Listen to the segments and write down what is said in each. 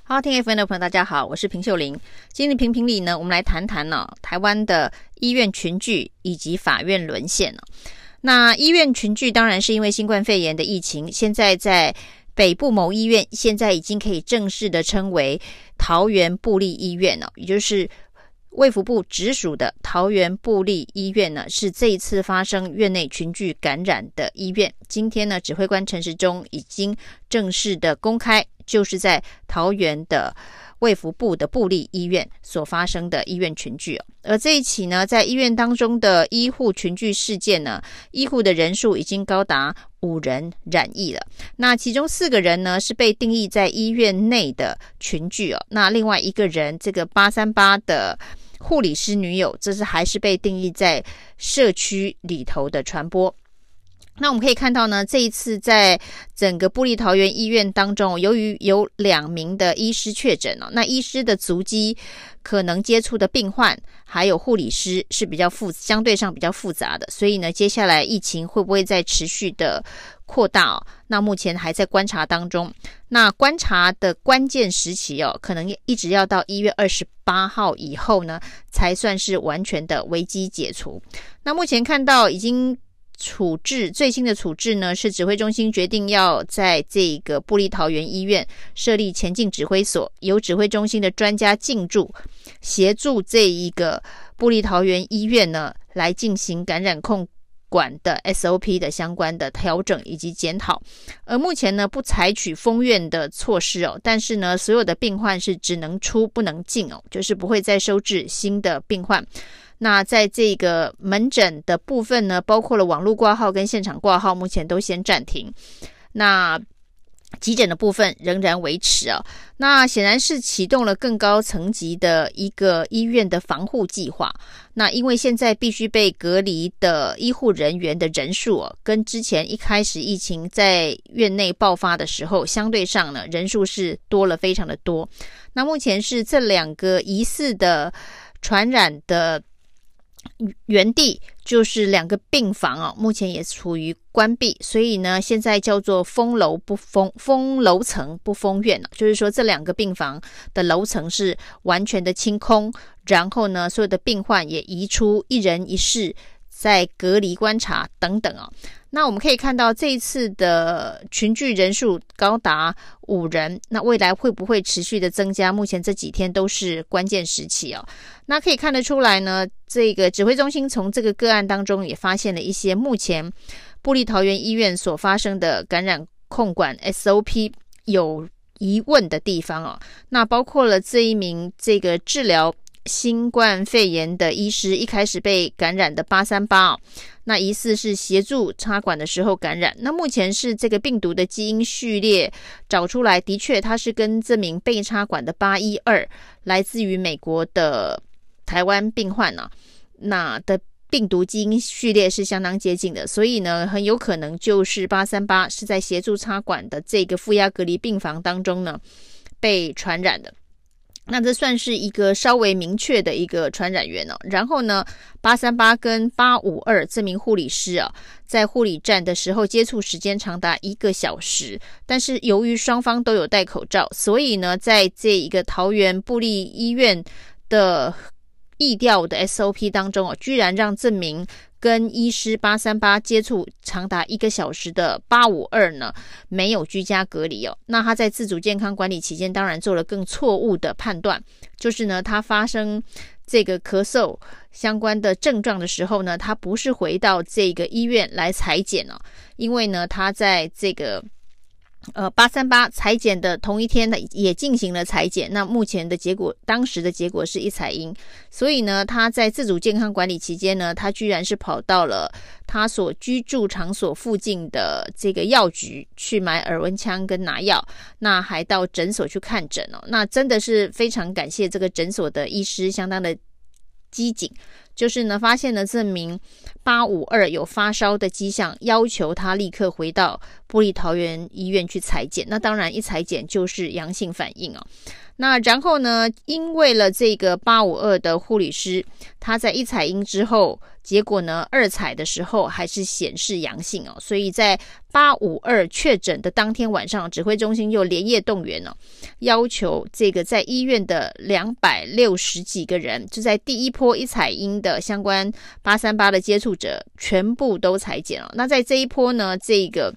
好，听 FM 的朋友大家好，我是平秀玲。今天评评理呢，我们来谈谈台湾的医院群聚以及法院沦陷。那医院群聚当然是因为新冠肺炎的疫情，现在在北部某医院现在已经可以正式的称为桃园部立医院也就是卫福部直属的桃园部立医院呢，是这一次发生院内群聚感染的医院。今天呢，指挥官陈时中已经正式的公开，就是在桃园的卫福部的部立医院所发生的医院群聚。而这一起呢，在医院当中的医护群聚事件呢，医护的人数已经高达5人染疫了。那其中4个人呢，是被定义在医院内的群聚那另外1个人，这个838的护理师女友，这是还是被定义在社区里头的传播。那我们可以看到呢，这一次在整个部立桃园医院当中，由于有2名的医师确诊那医师的足迹可能接触的病患还有护理师是相对上比较复杂的，所以呢，接下来疫情会不会再持续的扩大那目前还在观察当中。那观察的关键时期可能一直要到1月28号以后呢，才算是完全的危机解除。那目前看到已经最新的处置呢，是指挥中心决定要在这个部立桃园医院设立前进指挥所，由指挥中心的专家进驻，协助这一个部立桃园医院呢，来进行感染控管的 SOP 的相关的调整以及检讨。而目前呢，不采取封院的措施但是呢，所有的病患是只能出不能进就是不会再收治新的病患。那在这个门诊的部分呢，包括了网络挂号跟现场挂号，目前都先暂停。那急诊的部分仍然维持那显然是启动了更高层级的一个医院的防护计划。那因为现在必须被隔离的医护人员的人数跟之前一开始疫情在院内爆发的时候相对上呢，人数是多了非常的多。那目前是这2个疑似的传染的原地，就是2个病房目前也处于关闭，所以呢，现在叫做封楼层不封院就是说这2个病房的楼层是完全的清空，然后呢，所有的病患也移出，1人1室在隔离观察等等那我们可以看到这一次的群聚人数高达5人，那未来会不会持续的增加？目前这几天都是关键时期那可以看得出来呢，这个指挥中心从这个个案当中也发现了一些目前部立桃园医院所发生的感染控管 SOP 有疑问的地方那包括了这一名这个治疗新冠肺炎的医师一开始被感染的838那疑似是协助插管的时候感染。那目前是这个病毒的基因序列找出来，的确它是跟这名被插管的812来自于美国的台湾病患那的病毒基因序列是相当接近的，所以呢，很有可能就是838是在协助插管的这个负压隔离病房当中呢被传染的。那这算是一个稍微明确的一个传染源然后呢，838跟852这名护理师在护理站的时候接触时间长达1个小时，但是由于双方都有戴口罩，所以呢，在这一个桃园部立医院的疫调的 SOP 当中居然让这名跟医师838接触长达1个小时的852呢没有居家隔离那他在自主健康管理期间当然做了更错误的判断，就是呢他发生这个咳嗽相关的症状的时候呢，他不是回到这个医院来采检因为呢他在这个838采检的同一天也进行了采检，那目前的结果，当时的结果是一采阴，所以呢，他在自主健康管理期间呢，他居然是跑到了他所居住场所附近的这个药局去买耳温枪跟拿药，那还到诊所去看诊那真的是非常感谢这个诊所的医师相当的机警，就是呢发现了这名852有发烧的迹象，要求他立刻回到部立桃园医院去采检，那当然一采检就是阳性反应那然后呢，因为了这个852的护理师，他在一采阴之后结果呢二采的时候还是显示阳性哦，所以在852确诊的当天晚上，指挥中心又连夜动员哦，要求这个在医院的260几个人，就在第一波一采阴的相关838的接触者全部都采检了。那在这一波呢，这个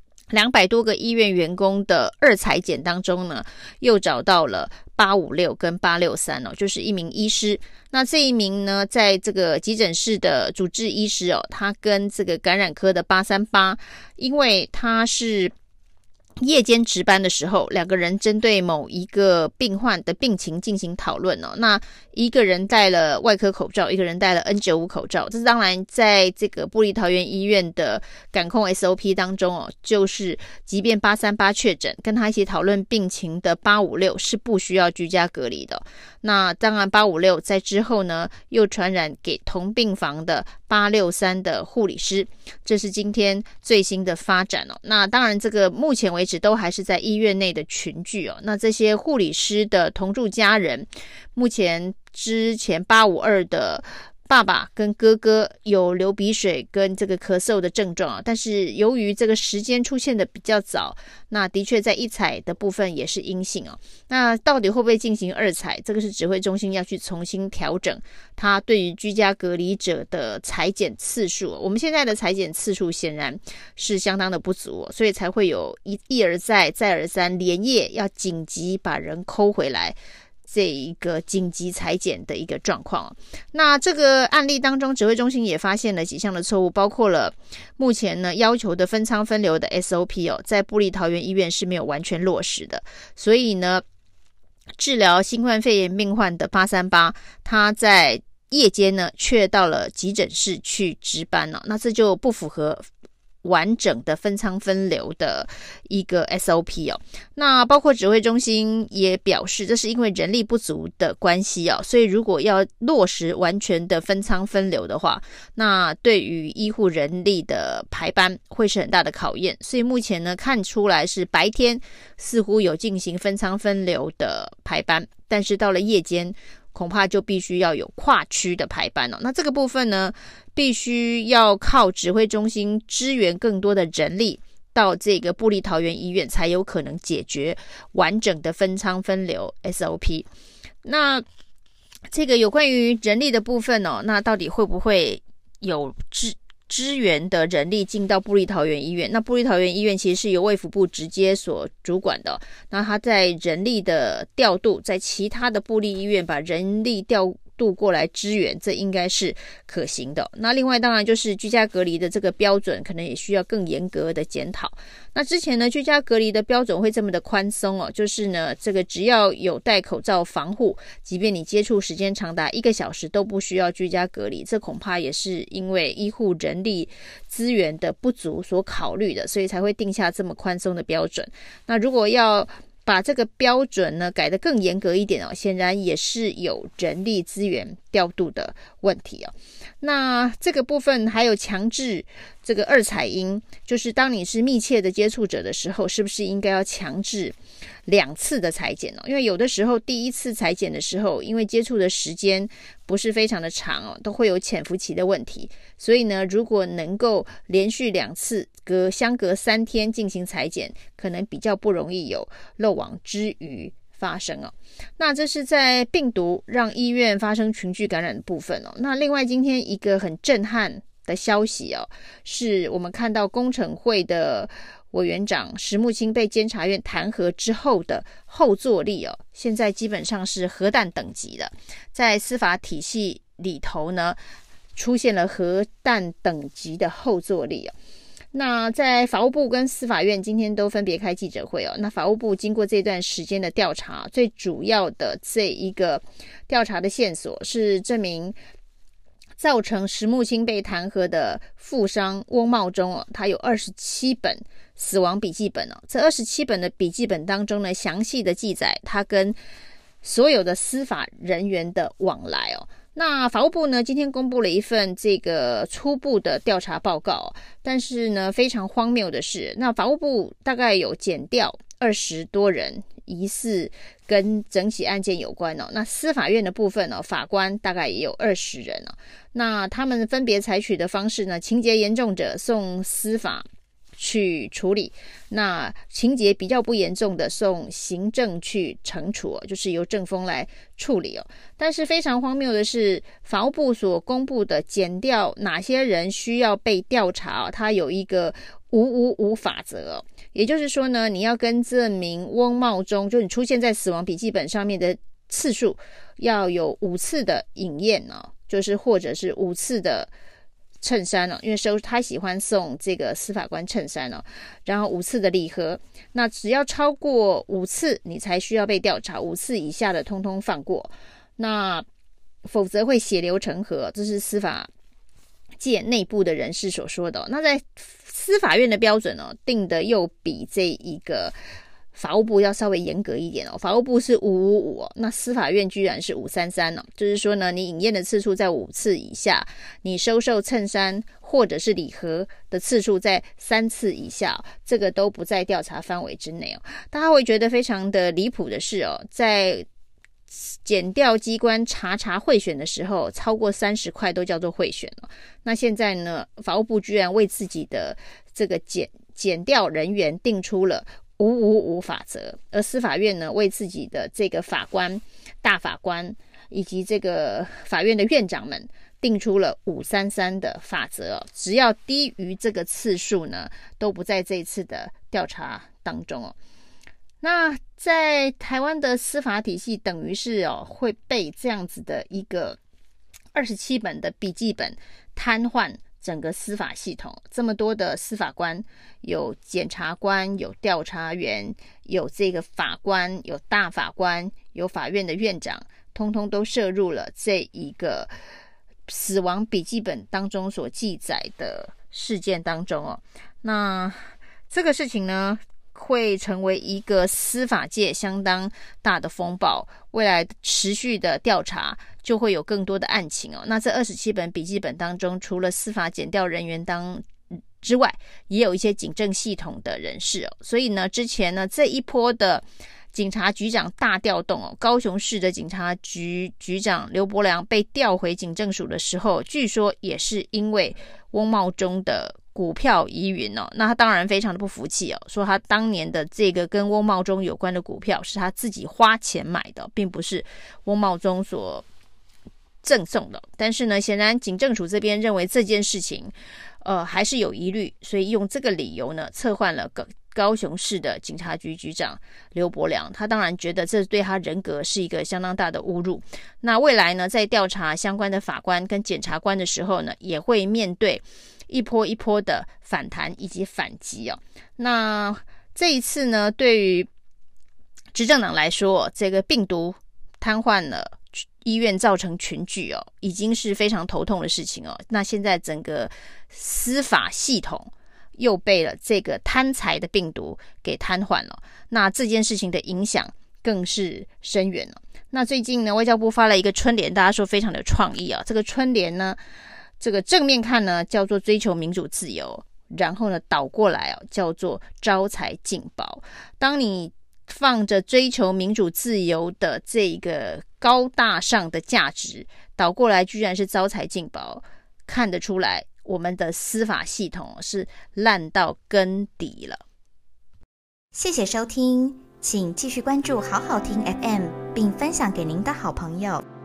200多个医院员工的二采检当中呢，又找到了856跟863哦，就是一名医师。那这一名呢，在这个急诊室的主治医师哦，他跟这个感染科的838，因为他是夜间值班的时候，两个人针对某一个病患的病情进行讨论哦。那一个人戴了外科口罩，一个人戴了 N95 口罩。这当然在这个部立桃园医院的感控 SOP 当中哦，就是即便838确诊，跟他一起讨论病情的856是不需要居家隔离的。那当然856在之后呢，又传染给同病房的863的护理师，这是今天最新的发展哦。那当然这个目前为止都还是在医院内的群聚哦。那这些护理师的同住家人，目前之前852的爸爸跟哥哥有流鼻水跟这个咳嗽的症状啊，但是由于这个时间出现的比较早，那的确在一采的部分也是阴性哦。那到底会不会进行二采？这个是指挥中心要去重新调整它对于居家隔离者的采检次数。我们现在的采检次数显然是相当的不足所以才会有一而再再而三连夜要紧急把人抠回来。这一个紧急采检的一个状况。那这个案例当中，指挥中心也发现了几项的错误，包括了目前呢要求的分仓分流的 SOP 在部立桃园医院是没有完全落实的，所以呢治疗新冠肺炎病患的838，他在夜间呢却到了急诊室去值班那这就不符合完整的分仓分流的一个 SOP 那包括指挥中心也表示，这是因为人力不足的关系所以如果要落实完全的分仓分流的话，那对于医护人力的排班会是很大的考验。所以目前呢看出来是白天似乎有进行分仓分流的排班，但是到了夜间恐怕就必须要有跨区的排班那这个部分呢必须要靠指挥中心支援更多的人力到这个部立桃园医院，才有可能解决完整的分仓分流 SOP。 那这个有关于人力的部分那到底会不会有支援的人力进到部立桃园医院？那部立桃园医院其实是由卫福部直接所主管的那他在人力的调度，在其他的部立医院把人力调度过来支援，这应该是可行的。那另外当然就是居家隔离的这个标准可能也需要更严格的检讨。那之前呢居家隔离的标准会这么的宽松就是呢这个只要有戴口罩防护，即便你接触时间长达1个小时都不需要居家隔离，这恐怕也是因为医护人力资源的不足所考虑的，所以才会定下这么宽松的标准。那如果要把这个标准呢改得更严格一点显然也是有人力资源调度的问题那这个部分还有强制这个二采阴，就是当你是密切的接触者的时候，是不是应该要强制2次的采检因为有的时候第一次采检的时候，因为接触的时间不是非常的长都会有潜伏期的问题，所以呢如果能够连续2次相隔3天进行采检，可能比较不容易有漏网之鱼发生那这是在病毒让医院发生群聚感染的部分那另外今天一个很震撼的消息是我们看到工程会的委员长石木清被监察院弹劾之后的后坐力现在基本上是核弹等级的，在司法体系里头呢出现了核弹等级的后坐力那在法务部跟司法院今天都分别开记者会那法务部经过这段时间的调查，最主要的这一个调查的线索是证明造成石木清被弹劾的富商翁茂忠他有27本死亡笔记本这27本的笔记本当中呢，详细的记载他跟所有的司法人员的往来那法务部呢今天公布了一份这个初步的调查报告但是呢非常荒谬的是，那法务部大概有检调20多人， 疑似跟整起案件有关哦。那司法院的部分哦，法官大概也有20人哦。那他们分别采取的方式呢，情节严重者送司法去处理，那情节比较不严重的送行政去惩处哦，就是由政风来处理哦。但是非常荒谬的是，法务部所公布的检调哪些人需要被调查哦，它有一个555法则哦。也就是说呢，你要跟这名翁茂忠，就你出现在死亡笔记本上面的次数要有5次的饮宴哦，就是或者是5次的衬衫哦，因为他喜欢送这个司法官衬衫哦，然后5次的礼盒，那只要超过5次你才需要被调查，5次以下的通通放过，那否则会血流成河，这是司法界内部的人士所说的哦。那在司法院的标准哦，定的又比这一个法务部要稍微严格一点哦，法务部是555哦，那司法院居然是533哦，就是说呢，你饮宴的次数在5次以下，你收受衬衫或者是礼盒的次数在3次以下，这个都不在调查范围之内哦。大家会觉得非常的离谱的是哦，在检调机关查贿选的时候，超过30块都叫做贿选哦。那现在呢，法务部居然为自己的这个检调人员定出了555法则，而司法院呢，为自己的这个法官、大法官以及这个法院的院长们定出了533的法则哦，只要低于这个次数呢，都不在这一次的调查当中哦。那在台湾的司法体系，等于是会被这样子的一个27本的笔记本瘫痪整个司法系统。这么多的司法官，有检察官，有调查员，有这个法官，有大法官，有法院的院长，通通都涉入了这一个死亡笔记本当中所记载的事件当中哦。那这个事情呢，会成为一个司法界相当大的风暴，未来持续的调查就会有更多的案情哦。那这27本笔记本当中，除了司法检调人员之外，也有一些警政系统的人士哦。所以呢，之前呢这一波的警察局长大调动哦，高雄市的警察局局长刘伯良被调回警政署的时候，据说也是因为翁茂忠的股票疑云哦，那他当然非常的不服气哦，说他当年的这个跟翁茂忠有关的股票是他自己花钱买的，并不是翁茂忠所赠送的。但是呢，显然警政署这边认为这件事情还是有疑虑，所以用这个理由呢，撤换了高雄市的警察局局长刘伯良。他当然觉得这对他人格是一个相当大的侮辱。那未来呢，在调查相关的法官跟检察官的时候呢，也会面对一波一波的反弹以及反击哦。那这一次呢，对于执政党来说，这个病毒瘫痪了医院，造成群聚哦，已经是非常头痛的事情哦。那现在整个司法系统又被了这个贪财的病毒给瘫痪了，那这件事情的影响更是深远了。那最近呢，外交部发了一个春联，大家说非常的有创意啊。这个春联呢，这个正面看呢叫做追求民主自由，然后呢倒过来叫做招财进宝。当你放着追求民主自由的这个高大上的价值，倒过来居然是招财进宝，看得出来我们的司法系统是烂到根底了。 谢谢收听，请继续关注好好听 FM， 并分享给您的好朋友。